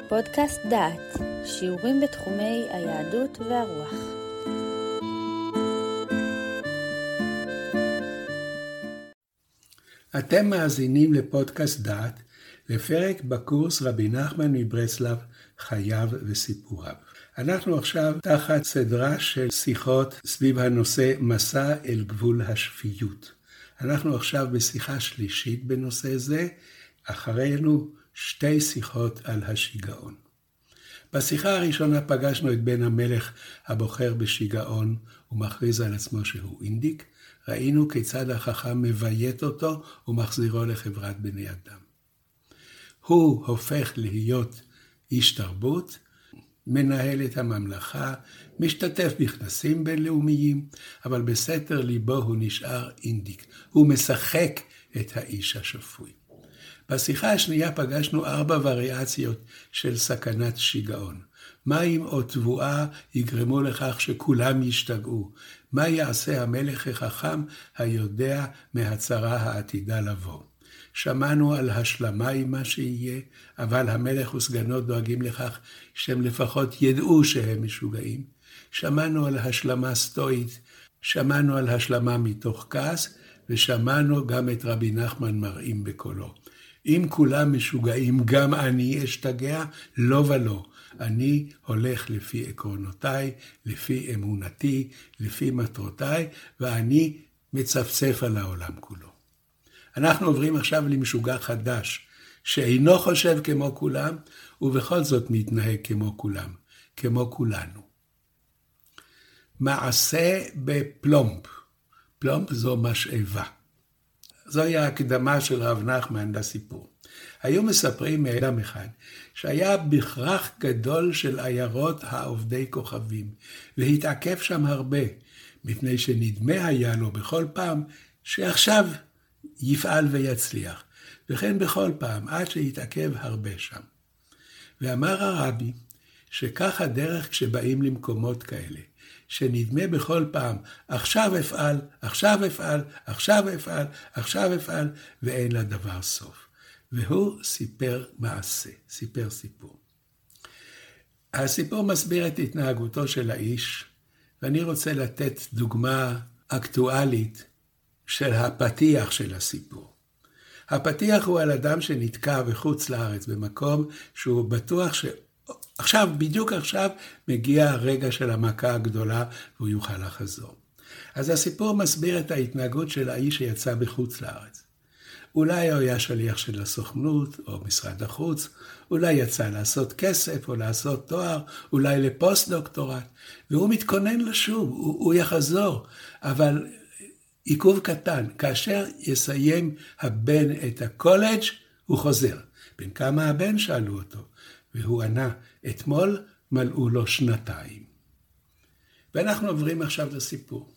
פודקאסט דעת, שיעורים בתחומי היהדות והרוח. אתם מאזינים לפודקאסט דעת, לפרק בקורס רבי נחמן מברסלב, חייו וסיפוריו. אנחנו עכשיו תחת סדרה של שיחות סביב הנושא מסע אל גבול השפיות. אנחנו עכשיו בשיחה שלישית בנושא זה, אחרינו 2 שיחות על השיגעון. בשיחה הראשונה פגשנו את בן המלך הבוחר בשיגעון ומכריז על עצמו שהוא אינדיק. ראינו כיצד החכם מביית אותו ומחזירו לחברת בני אדם. הוא הופך להיות איש תרבות, מנהל את הממלכה, משתתף בכנסים בינלאומיים, אבל בסתר ליבו הוא נשאר אינדיק. הוא משחק את האיש השפוי. בשיחה השנייה פגשנו 4 וריאציות של סכנת שיגעון. מים או תבואה יגרמו לכך שכולם ישתגעו? מה יעשה המלך החכם היודע מהצרה העתידה לבוא? שמענו על השלמה עם מה שיהיה, אבל המלך וסגנו דואגים לכך שהם לפחות ידעו שהם משוגעים. שמענו על השלמה סטואית, שמענו על השלמה מתוך כעס, ושמענו גם את רבי נחמן מראים בקולו. אם כולם משוגעים, גם אני אשתגע? לא ולא. אני הולך לפי עקרונותיי, לפי אמונתי, לפי מטרותיי, ואני מצפצף על העולם כולו. אנחנו עוברים עכשיו למשוגע חדש, שאינו חושב כמו כולם, ובכל זאת מתנהג כמו כולם, כמו כולנו. מעשה בפלומב. פלומב זו משאבה. זוהי ההקדמה של רב נחמן לסיפור. היו מספרים מאדם אחד, שהיה בכרך גדול של עיירות העובדי כוכבים, והתעכב שם הרבה, מפני שנדמה היה לו בכל פעם שעכשיו יפעל ויצליח, וכן בכל פעם עד שיתעכב הרבה שם. ואמר הרבי, שכך הדרך כשבאים למקומות כאלה, שנדמה בכל פעם, עכשיו אפעל, עכשיו אפעל, עכשיו אפעל, עכשיו אפעל, ואין לדבר סוף. והוא סיפר מעשה, סיפר סיפור. הסיפור מסביר את התנהגותו של האיש, ואני רוצה לתת דוגמה אקטואלית של הפתיח של הסיפור. הפתיח הוא על אדם שנתקע בחוץ לארץ, במקום שהוא בטוח עכשיו, בדיוק עכשיו, מגיע הרגע של המכה הגדולה, והוא יוכל לחזור. אז הסיפור מסביר את ההתנהגות של האיש שיצא בחוץ לארץ. אולי הוא היה שליח של הסוכנות, או משרד החוץ, אולי יצא לעשות כסף, או לעשות תואר, אולי לפוסט דוקטורט, והוא מתכונן לשוב, הוא יחזור, אבל עיכוב קטן, כאשר יסיים הבן את הקולג' הוא חוזר. בן כמה הבן שאלו אותו? והוא ענה, אתמול מלאו לו 2. ואנחנו עוברים עכשיו לסיפור.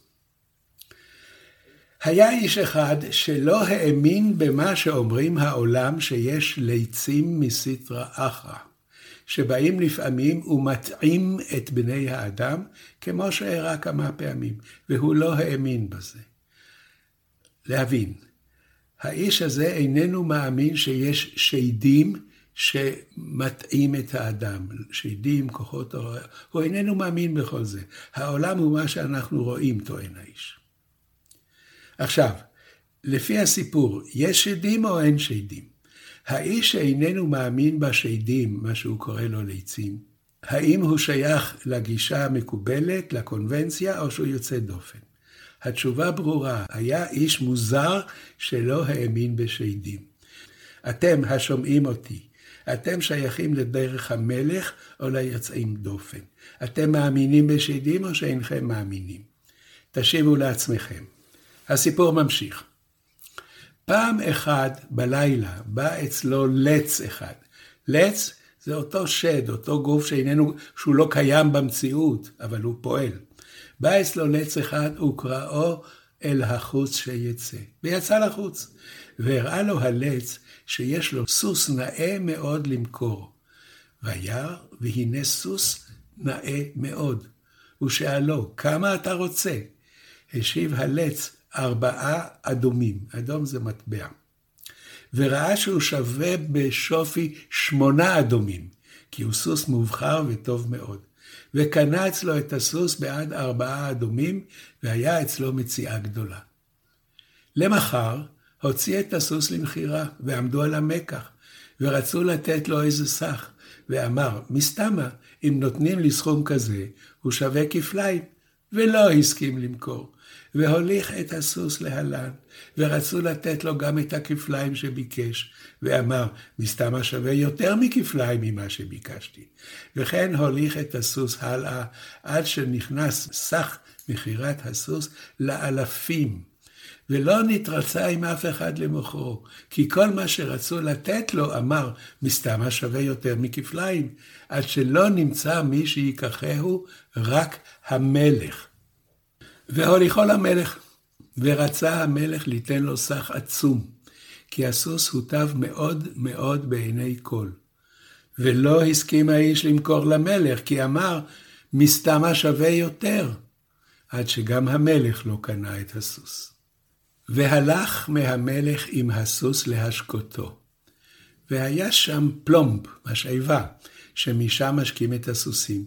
היה איש אחד שלא האמין במה שאומרים העולם שיש ליצים מסתרא אחרא, שבאים לפעמים ומטעים את בני האדם, כמו שהראה כמה פעמים, והוא לא האמין בזה. להבין, האיש הזה איננו מאמין שיש שדים שמטעים את האדם, שדים, כוחות הרוע, הוא איננו מאמין בכל זה. העולם הוא מה שאנחנו רואים, טוען האיש. עכשיו, לפי הסיפור, יש שדים או אין שדים? האיש שאיננו מאמין בשדים, מה שהוא קורא לו ליצים, האם הוא שייך לגישה המקובלת, לקונבנציה, או שהוא יוצא דופן? התשובה ברורה, היה איש מוזר שלא האמין בשדים. אתם השומעים אותי, אתם שייכים לדרך המלך או ליוצאים דופן? אתם מאמינים בשדים או שאינכם מאמינים? תשיבו לעצמכם. הסיפור ממשיך. פעם אחד בלילה בא אצלו לץ אחד. לץ זה אותו שד, אותו גוף שהוא לא קיים במציאות, אבל הוא פועל. בא אצלו לץ אחד וקראו אל החוץ שיצא. ויצא לחוץ. והראה לו הלץ שיש לו סוס נאה מאוד למכור. וירא והנה סוס נאה מאוד. הוא שאלו, כמה אתה רוצה? השיב הלץ, 4 אדומים. אדום זה מטבע. וראה שהוא שווה בשופי 8 אדומים. כי הוא סוס מובחר וטוב מאוד. וקנה אצלו את הסוס בעד 4 אדומים, והיה אצלו מציאה גדולה. למחר הוציא את הסוס למחירה, ועמדו על המקח, ורצו לתת לו איזה סך, ואמר, מסתמה, אם נותנים לי סכום כזה, הוא שווה כפליים, ולא הסכים למכור. והוליך את הסוס להלן, ורצו לתת לו גם את הכפליים שביקש, ואמר, מסתמה שווה יותר מכפליים ממה שביקשתי. וכן הוליך את הסוס הלאה, עד שנכנס סך מחירת הסוס לאלפים, ולא נתרצה עם אף אחד למוכרו, כי כל מה שרצו לתת לו אמר, מסתמה שווה יותר מכפליים, עד שלא נמצא מי שיקחהו, רק המלך. והוליכו למלך, ורצה המלך ליתן לו סך עצום, כי הסוס הוטב מאוד מאוד בעיני כל. ולא הסכים האיש למכור למלך, כי אמר, מסתמה שווה יותר, עד שגם המלך לא קנה את הסוס. והלך מהמלך עם הסוס להשקותו. והיה שם פלומב, משאבה, שמשם משקים את הסוסים.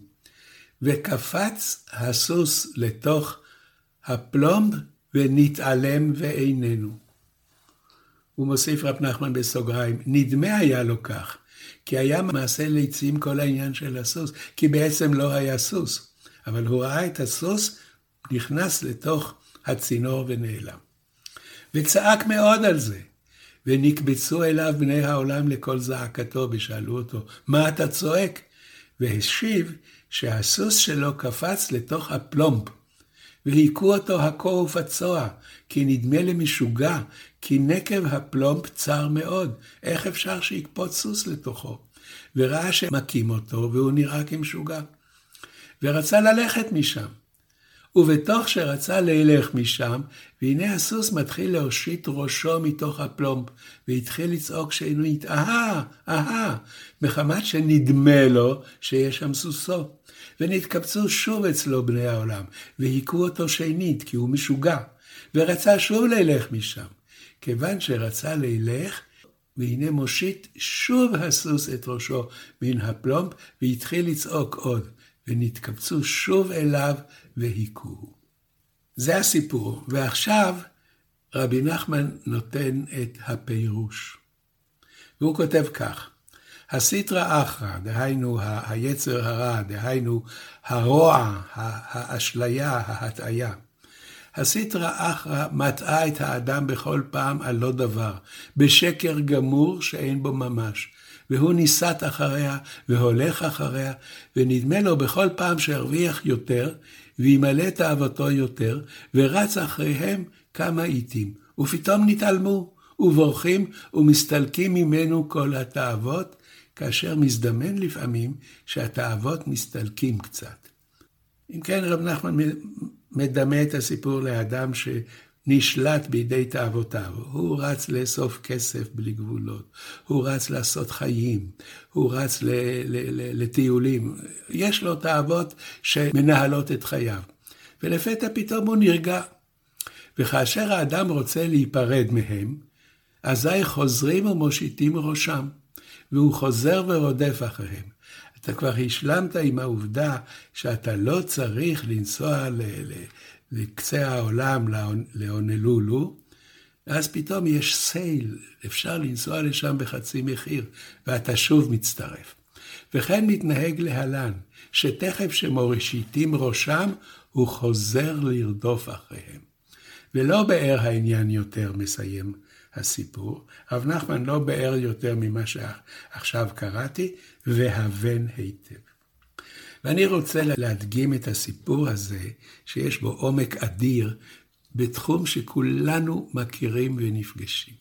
וקפץ הסוס לתוך הפלומב ונתעלם ואיננו. הוא מוסיף רב נחמן בסוגריים, נדמה היה לו כך, כי היה מעשה ליצים כל העניין של הסוס, כי בעצם לא היה סוס, אבל הוא ראה את הסוס, נכנס לתוך הצינור ונעלם. וצעק מאוד על זה, ונקבצו אליו בני העולם לכל זעקתו, ושאלו אותו, מה אתה צועק? והשיב שהסוס שלו קפץ לתוך הפלומב, והיכו אותו הכו ופצוע, כי נדמה למשוגע, כי נקב הפלומב צר מאוד, איך אפשר שיקפוץ סוס לתוכו? וראה שמקים אותו, והוא נראה כמשוגע. ורצה ללכת משם. ובתוך שרצה ללך משם, והנה הסוס מתחיל להושיט ראשו מתוך הפלומב, והתחיל לצעוק שנית, מחמת שנדמה לו שיש שם סוסו. ונתקבצו שוב אצלו בני העולם, והיכו אותו שנית, כי הוא משוגע, ורצה שוב ללך משם. כיוון שרצה ללך, והנה מושיט שוב הסוס את ראשו מן הפלומב, והתחיל לצעוק עוד, ונתקבצו שוב אליו והיכוהו. זה הסיפור, ועכשיו רבי נחמן נותן את הפירוש. והוא כותב כך, הסטרא אחרא, דהיינו היצר הרע, דהיינו הרוע, האשליה, ההטעיה. הסטרא אחרא מטעה את האדם בכל פעם על לא דבר, בשקר גמור שאין בו ממש. והוא ניסת אחריה והולך אחריה, ונדמה לו בכל פעם שהרוויח יותר, וימלא תאוותו יותר, ורץ אחריהם כמה עיתים. ופתאום נתעלמו, ובורחים ומסתלקים ממנו כל התאוות, כאשר מזדמן לפעמים שהתאוות מסתלקים קצת. אם כן, רב נחמן מדמה את הסיפור לאדם שנשלט בידי תאוותיו. הוא רץ לאסוף כסף בלי גבולות, הוא רץ לעשות חיים, הוא רץ לטיולים. יש לו תאוות שמנהלות את חייו. ולפתע פתאום הוא נרגע. וכאשר האדם רוצה להיפרד מהם, אזי חוזרים ומושיטים ראשם. והוא חוזר ורודף אחריהם. אתה כבר השלמת עם העובדה שאתה לא צריך לנסוע לקצה העולם, להונלולו, ואז פתאום יש סייל, אפשר לנסוע לשם בחצי מחיר, ואתה שוב מצטרף. וכן מתנהג להלן, שתכף שמושיטים ראשם, הוא חוזר לרדוף אחריהם. ולא באר העניין יותר מסיים הסיפור, רב נחמן לא באר יותר ממה שעכשיו קראתי, והבן היטב. ואני רוצה להדגים את הסיפור הזה, שיש בו עומק אדיר, בתחום שכולנו מכירים ונפגשים.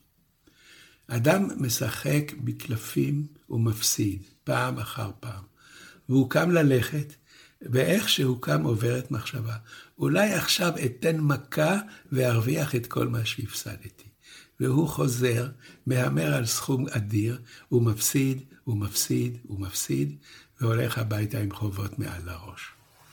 אדם משחק בקלפים ומפסיד, פעם אחר פעם, והוא קם ללכת, ואיך שהוא קם עוברת מחשבה, אולי עכשיו אתן מכה וארוויח את כל מה שהפסדתי. והוא חוזר, מהמר על סכום אדיר, ומפסיד, ומפסיד, ומפסיד, והולך הביתה עם חובות מעל הראש.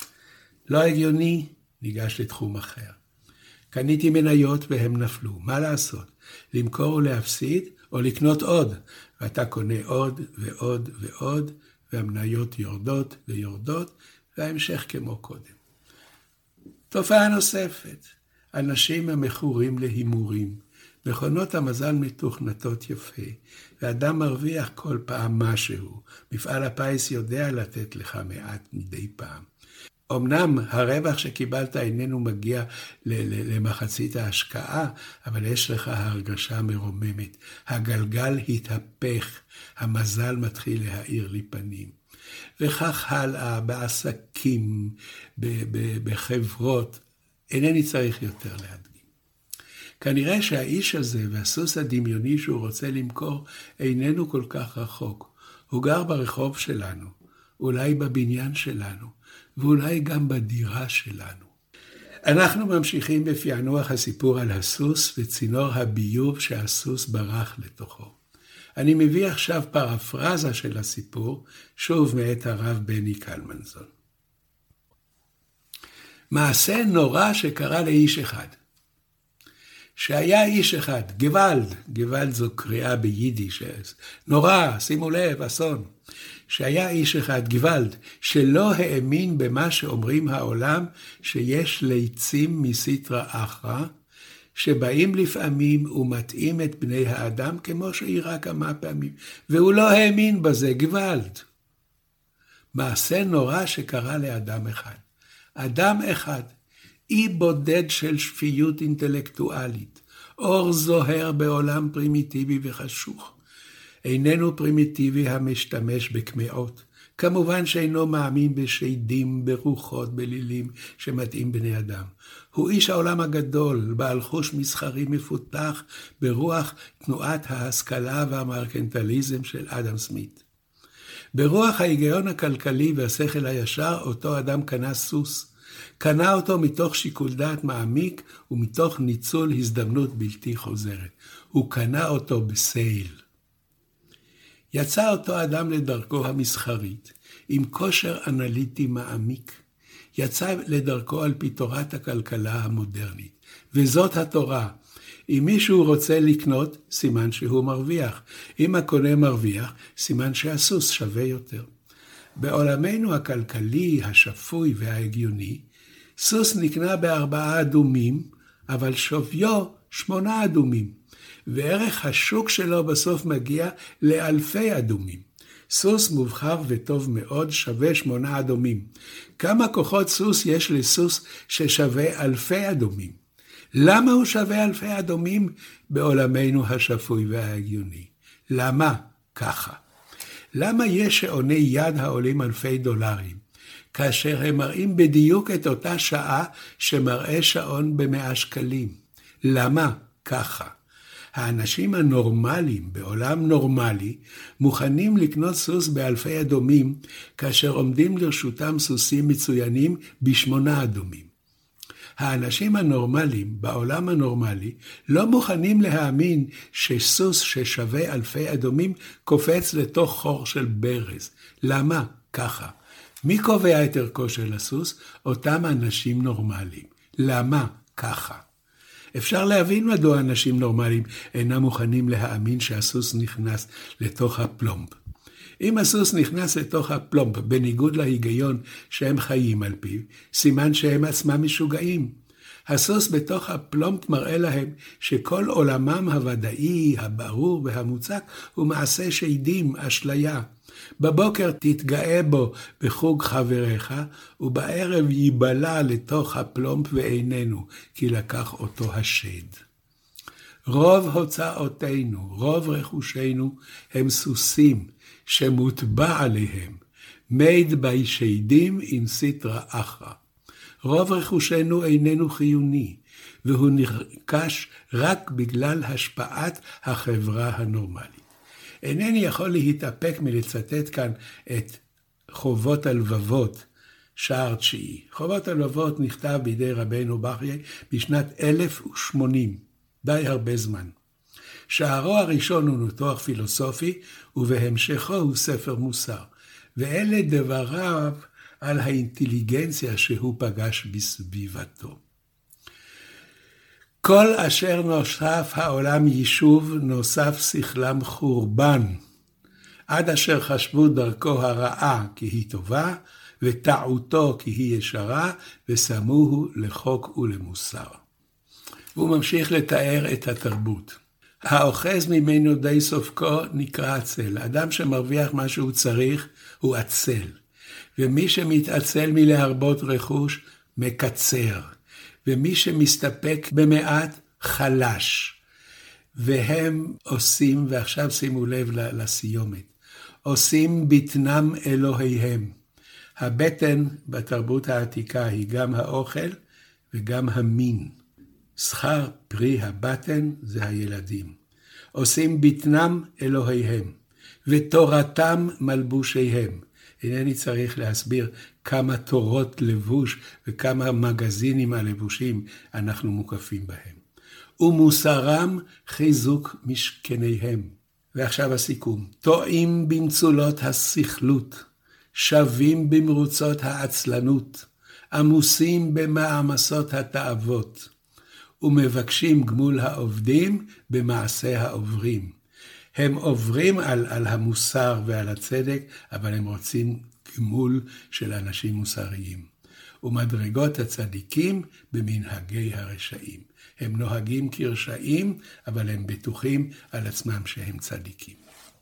לא הגיוני, ניגש לתחום אחר. קניתי מניות והם נפלו, מה לעשות? למכור ולהפסיד, או לקנות עוד? ואתה קונה עוד ועוד ועוד, והמניות יורדות ויורדות, וההמשך כמו קודם. תופעה נוספת, אנשים המכורים להימורים. מכונות המזל מתוכנתות יפה, ואדם מרוויח כל פעם משהו. מפעל הפיס יודע לתת לך מעט מדי פעם. אמנם הרווח שקיבלת איננו מגיע למחצית ההשקעה, אבל יש לך הרגשה מרוממת. הגלגל התהפך, המזל מתחיל להאיר לי פנים. וכך הלאה, בעסקים, בחברות, אינני צריך יותר להדגים. כנראה שהאיש הזה והסוס הדמיוני שהוא רוצה למכור איננו כל כך רחוק. הוא גר ברחוב שלנו, אולי בבניין שלנו, ואולי גם בדירה שלנו. אנחנו ממשיכים בפענוח הסיפור על הסוס וצינור הביוב שהסוס ברח לתוכו. אני מביא עכשיו פרפרזה של הסיפור, שוב מאת הרב בני קלמנזון. מעשה נורא שקרה לאיש אחד. שהיה איש אחד, גוואלד זו קריאה ביידיש, נורא, שימו לב, אסון. שהיה איש אחד, גוואלד, שלא האמין במה שאומרים העולם, שיש ליצים מסיטרא אחרא, שבאים לפעמים ומתאים את בני האדם כמו שאירע כמה פעמים, והוא לא האמין בזה, גוואלד. מעשה נורא שקרה לאדם אחד. אדם אחד, אי בודד של שפיות אינטלקטואלית, אור זוהר בעולם פרימיטיבי וחשוך. איננו פרימיטיבי המשתמש בקמאות. כמובן שאינו מאמין בשדים, ברוחות, בלילים שמתאים בני אדם. הוא איש העולם הגדול, בעל חוש מסחרי מפותח ברוח תנועת ההשכלה והמרקנטליזם של אדם סמית. ברוח ההיגיון הכלכלי והשכל הישר, אותו אדם קנה סוס. קנה אותו מתוך שיקול דעת מעמיק ומתוך ניצול הזדמנות בלתי חוזרת. הוא קנה אותו בסייל. יצא אותו אדם לדרכו המסחרית, עם כושר אנליטי מעמיק. יצא לדרכו על פי תורת הכלכלה המודרנית. וזאת התורה. אם מישהו רוצה לקנות, סימן שהוא מרוויח. אם הקונה מרוויח, סימן שהסוס שווה יותר. בעולמנו הכלכלי, השפוי וההגיוני, סוס נקנה ב4 אדומים, אבל שוויו 8 אדומים, וערך השוק שלו בסוף מגיע לאלפי אדומים. סוס מובחר וטוב מאוד שווה 8 אדומים. כמה כוחות סוס יש לסוס ששווה אלפי אדומים? למה הוא שווה אלפי אדומים בעולמנו השפוי וההגיוני? למה? ככה. למה יש שעוני יד העולים אלפי דולרים? כאשר הם מראים בדיוק את אותה שעה שמראה שעון ב100 שקלים. למה? ככה. האנשים הנורמליים בעולם נורמלי מוכנים לקנות סוס באלפי אדומים, כאשר עומדים לרשותם סוסים מצוינים ב8 אדומים. האנשים הנורמליים בעולם הנורמלי לא מוכנים להאמין שסוס ששווה אלפי אדומים קופץ לתוך חור של ברז. למה? ככה. מי קובע את ערכו של הסוס? אותם אנשים נורמליים. למה? ככה. אפשר להבין מדוע אנשים נורמליים אינם מוכנים להאמין שהסוס נכנס לתוך הפלומב. אם הסוס נכנס לתוך הפלומב בניגוד להיגיון שהם חיים על פיו, סימן שהם עצמם משוגעים. הסוס בתוך הפלומב מראה להם שכל עולמם הוודאי, הברור והמוצק הוא מעשה שדים, אשליה. בבוקר תתגאה בו בחוג חבריך, ובערב ייבלע לתוך הפלומב ואיננו, כי לקח אותו השד. רוב הוצאותינו, רוב רכושנו, הם סוסים שמוטבע עליהם, made by שדים in סיטרא אחרא. רוב רכושנו איננו חיוני, והוא נרכש רק בגלל השפעת החברה הנורמלית. אינני יכול להתאפק מלצטט כאן את חובות הלבבות, שער 9. חובות הלבבות נכתב בידי רבנו בחיי בשנת 1080, די הרבה זמן. שערו הראשון הוא ניתוח פילוסופי, ובהמשכו הוא ספר מוסר. ואלה דבריו על האינטליגנציה שהוא פגש בסביבתו. כל אשר נוסף העולם יישוב, נוסף שכלם חורבן. עד אשר חשבו דרכו הרעה כי היא טובה, וטעותו כי היא ישרה, ושמוהו לחוק ולמוסר. והוא ממשיך לתאר את התרבות. האוחז ממנו די סופקו נקרא עצל. האדם שמרוויח מה שהוא צריך הוא עצל. ומי שמתעצל מלהרבות רכוש מקצר. ומי שמסתפק במעט חלש. והם עושים, ועכשיו שימו לב לסיומת, עושים בטנם אלוהיהם. הבטן בתרבות העתיקה היא גם האוכל וגם המין. שכר פרי הבטן זה הילדים. עושים בטנם אלוהיהם, ותורתם מלבושיהם. אינני צריך להסביר כמה תורות לבוש וכמה מגזינים הלבושים אנחנו מוקפים בהם. ומוסרם חיזוק משכניהם. ועכשיו הסיכום. טועים במצולות השכלות, שווים במרוצות העצלנות, עמוסים במעמסות התאוות, ומבקשים גמול העובדים במעשה העוברים. הם עוברים על המוסר ועל הצדק, אבל הם רוצים גמול של אנשים מוסריים. ומדרגות הצדיקים במנהגי הרשעים. הם נוהגים כרשעים, אבל הם בטוחים על עצמם שהם צדיקים.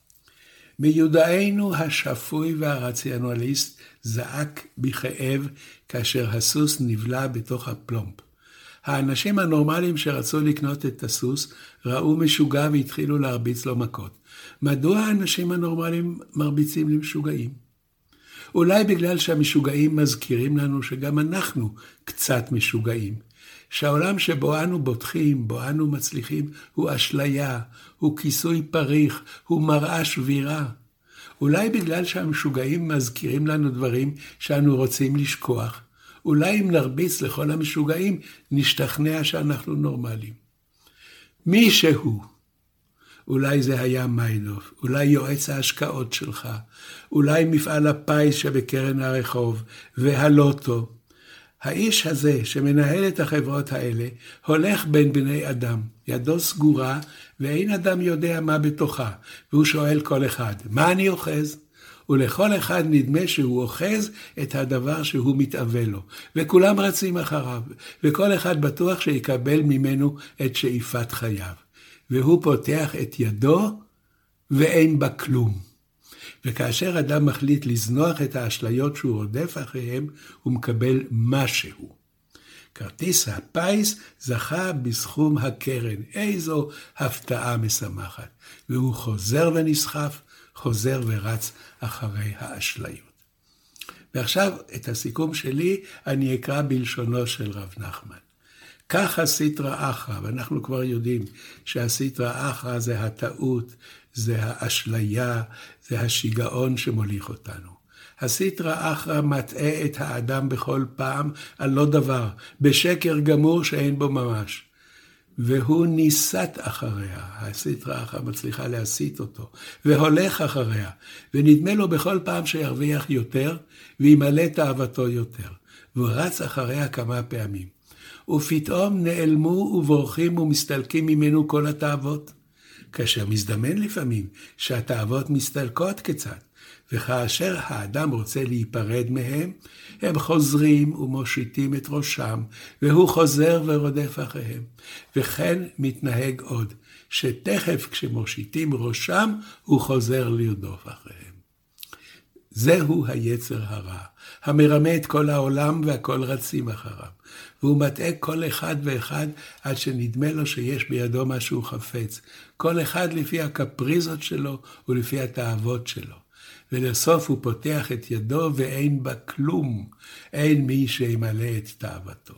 מיודענו השפוי והרציונליסט זעק בכאב כאשר הסוס נבלע בתוך הפלומב. האנשים הנורמליים שרצו לקנות את הסוס ראו משוגע והתחילו להרביץ לו מכות. מדוע האנשים הנורמליים מרביצים למשוגעים? אולי בגלל שהמשוגעים מזכירים לנו שגם אנחנו קצת משוגעים. שהעולם שבו אנו בוטחים, בו אנו מצליחים, הוא אשליה, הוא כיסוי פריך, הוא מראה שבירה. אולי בגלל שהמשוגעים מזכירים לנו דברים שאנו רוצים לשכוח. אולי אם נרביץ לכל המשוגעים, נשתכנע שאנחנו נורמליים. מישהו, אולי זה היה מיידוף, אולי יועץ ההשקעות שלך, אולי מפעל הפיס שבקרן הרחוב, והלוטו. האיש הזה שמנהל את החברות האלה, הולך בין בני אדם, ידו סגורה, ואין אדם יודע מה בתוכה, והוא שואל כל אחד, מה אני אוחז? ולכל אחד נדמה שהוא אוחז את הדבר שהוא מתאווה לו, וכולם רצים אחריו, וכל אחד בטוח שיקבל ממנו את שאיפת חייו. והוא פותח את ידו, ואין בה כלום. וכאשר אדם מחליט לזנוח את האשליות שהוא רודף אחריהם, הוא מקבל משהו. כרטיס הפיס זכה בסכום הקרן. איזו הפתעה משמחת. והוא חוזר ונסחף, חוזר ורץ אחרי האשליות. ועכשיו את הסיכום שלי אני אקרא בלשונו של רב נחמן. כך הסיטרא אחרא, ואנחנו כבר יודעים שהסיטרא אחרא זה הטעות, זה האשליה, זה השיגעון שמוליך אותנו. הסיטרא אחרא מטעה את האדם בכל פעם על לא דבר, בשקר גמור שאין בו ממש. והוא ניסת אחריה, הסיטרא אחרא מצליחה להסיט אותו, והולך אחריה, ונדמה לו בכל פעם שירוויח יותר, וימלא תאוותו יותר, והוא רץ אחריה כמה פעמים. ופתאום נעלמו ובורחים ומסתלקים ממנו כל התאוות, כאשר מזדמן לפעמים שהתאוות מסתלקות קצת, וכאשר האדם רוצה להיפרד מהם, הם חוזרים ומושיטים את ראשם, והוא חוזר ורודף אחריהם. וכן מתנהג עוד, שתכף כשמושיטים ראשם, הוא חוזר לרדוף אחריהם. זהו היצר הרע, המרמה את כל העולם והכל רצים אחריו. והוא מטעה כל אחד ואחד עד שנדמה לו שיש בידו משהו חפץ. כל אחד לפי הקפריזות שלו ולפי התאוות שלו. ולסוף הוא פותח את ידו ואין בה כלום. אין מי שימלא את תאוותו.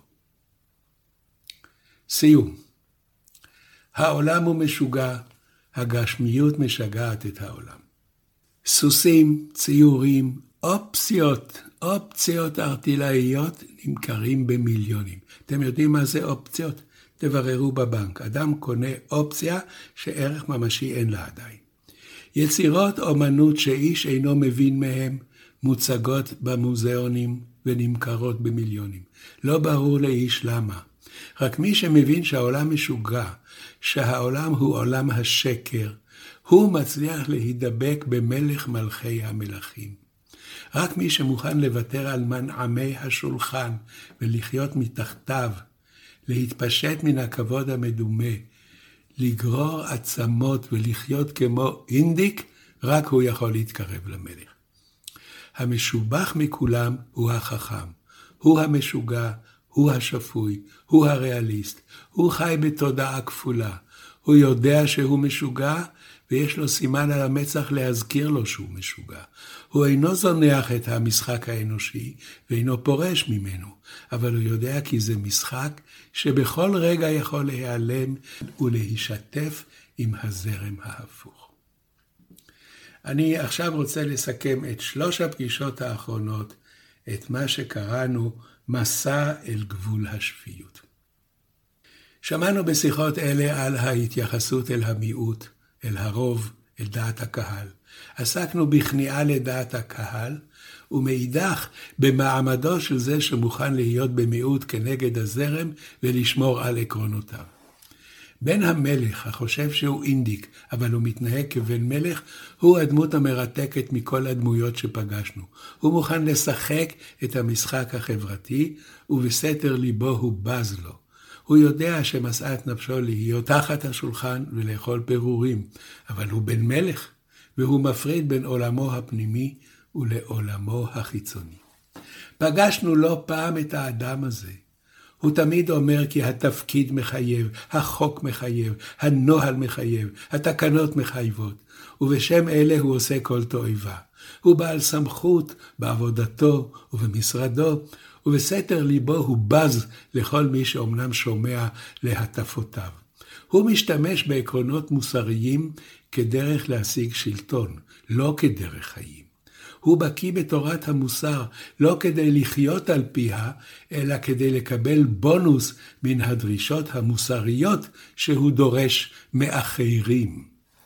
סיום. העולם הוא משוגע, הגשמיות משגעת את העולם. סוסים, ציורים, אופציות ארטילאיות נמכרים במיליונים. אתם יודעים מה זה אופציות? תבררו בבנק. אדם קונה אופציה שערך ממשי אין לה עדיין. יצירות אומנות שאיש אינו מבין מהם מוצגות במוזיאונים ונמכרות במיליונים. לא ברור לאיש למה. רק מי שמבין שהעולם משוגע, שהעולם הוא עולם השקר, הוא מצליח להידבק במלך מלכי המלכים. רק מי שמוכן לוותר על מנעמי השולחן ולחיות מתחתיו, להתפשט מן הכבוד המדומה, לגרור עצמות ולחיות כמו אינדיק, רק הוא יכול להתקרב למלך. המשובח מכולם הוא החכם, הוא המשוגע, הוא השפוי, הוא הריאליסט, הוא חי בתודעה כפולה, הוא יודע שהוא משוגע ויש לו סימן על המצח להזכיר לו שהוא משוגע. הוא אינו זונח את המשחק האנושי ואינו פורש ממנו, אבל הוא יודע כי זה משחק שבכל רגע יכול להיעלם ולהישתף עם הזרם ההפוך. אני עכשיו רוצה לסכם את 3 הפגישות האחרונות, את מה שקראנו מסע אל גבול השפיות. שמענו בשיחות אלה על ההתייחסות אל המיעוט, אל הרוב, אל דעת הקהל. עסקנו בכניעה לדעת הקהל, ומאידך במעמדו של זה שמוכן להיות במיעוט כנגד הזרם ולשמור על עקרונותיו. בן המלך, החושב שהוא אינדיק, אבל הוא מתנהג כבן מלך, הוא הדמות המרתקת מכל הדמויות שפגשנו. הוא מוכן לשחק את המשחק החברתי, ובסתר ליבו הוא בז לו. הוא יודע שמשאת נפשו להיות תחת השולחן ולאכול פירורים, אבל הוא בן מלך, והוא מפריד בין עולמו הפנימי ולעולמו החיצוני. פגשנו לא פעם את האדם הזה. הוא תמיד אומר כי התפקיד מחייב, החוק מחייב, הנוהל מחייב, התקנות מחייבות, ובשם אלה הוא עושה כל תועבה. הוא בעל סמכות בעבודתו ובמשרדו, ובסתר ליבו הוא בז לכל מי שאומנם שומע להטפותיו. הוא משתמש בעקרונות מוסריים כדרך להשיג שלטון, לא כדרך חיים. הוא בקיא בתורת המוסר, לא כדי לחיות על פיה, אלא כדי לקבל בונוס מן הדרישות המוסריות שהוא דורש מאחרים.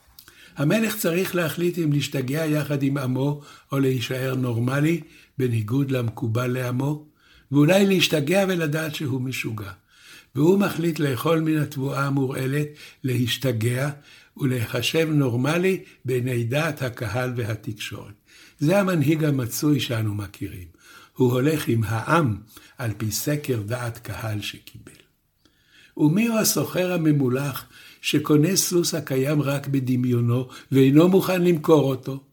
המלך צריך להחליט אם להשתגע יחד עם עמו או להישאר נורמלי, בניגוד למקובל לעמו, ואולי להשתגע ולדעת שהוא משוגע. והוא מחליט לאכול מן התבואה המורעלת, להשתגע ולהיחשב נורמלי בעיני דעת הקהל והתקשורת. זה המנהיג המצוי שאנו מכירים. הוא הולך עם העם על פי סקר דעת קהל שקיבל. ומי הוא הסוחר הממולח שקונה סוס הקיים רק בדמיונו ואינו מוכן למכור אותו?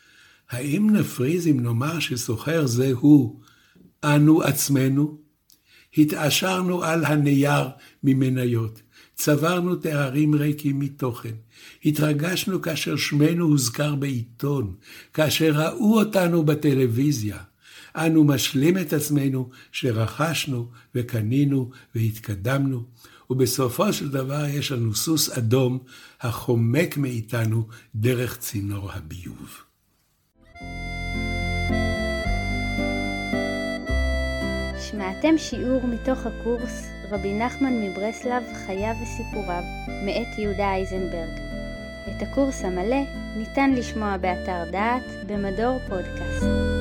האם נפריז אם נאמר שסוחר זה הוא, אנו עצמנו? התעשרנו על הנייר ממניות, צברנו תארים ריקים מתוכן, התרגשנו כאשר שמנו הוזכר בעיתון, כאשר ראו אותנו בטלוויזיה. אנו משלים את עצמנו שרכשנו וקנינו והתקדמנו, ובסופו של דבר יש לנו סוס אדום החומק מאיתנו דרך צינור הביוב. שמעתם שיעור מתוך הקורס רבי נחמן מברסלב חייו וסיפוריו מאת יהודה אייזנברג. את הקורס המלא ניתן לשמוע באתר דעת במדור פודקאסט.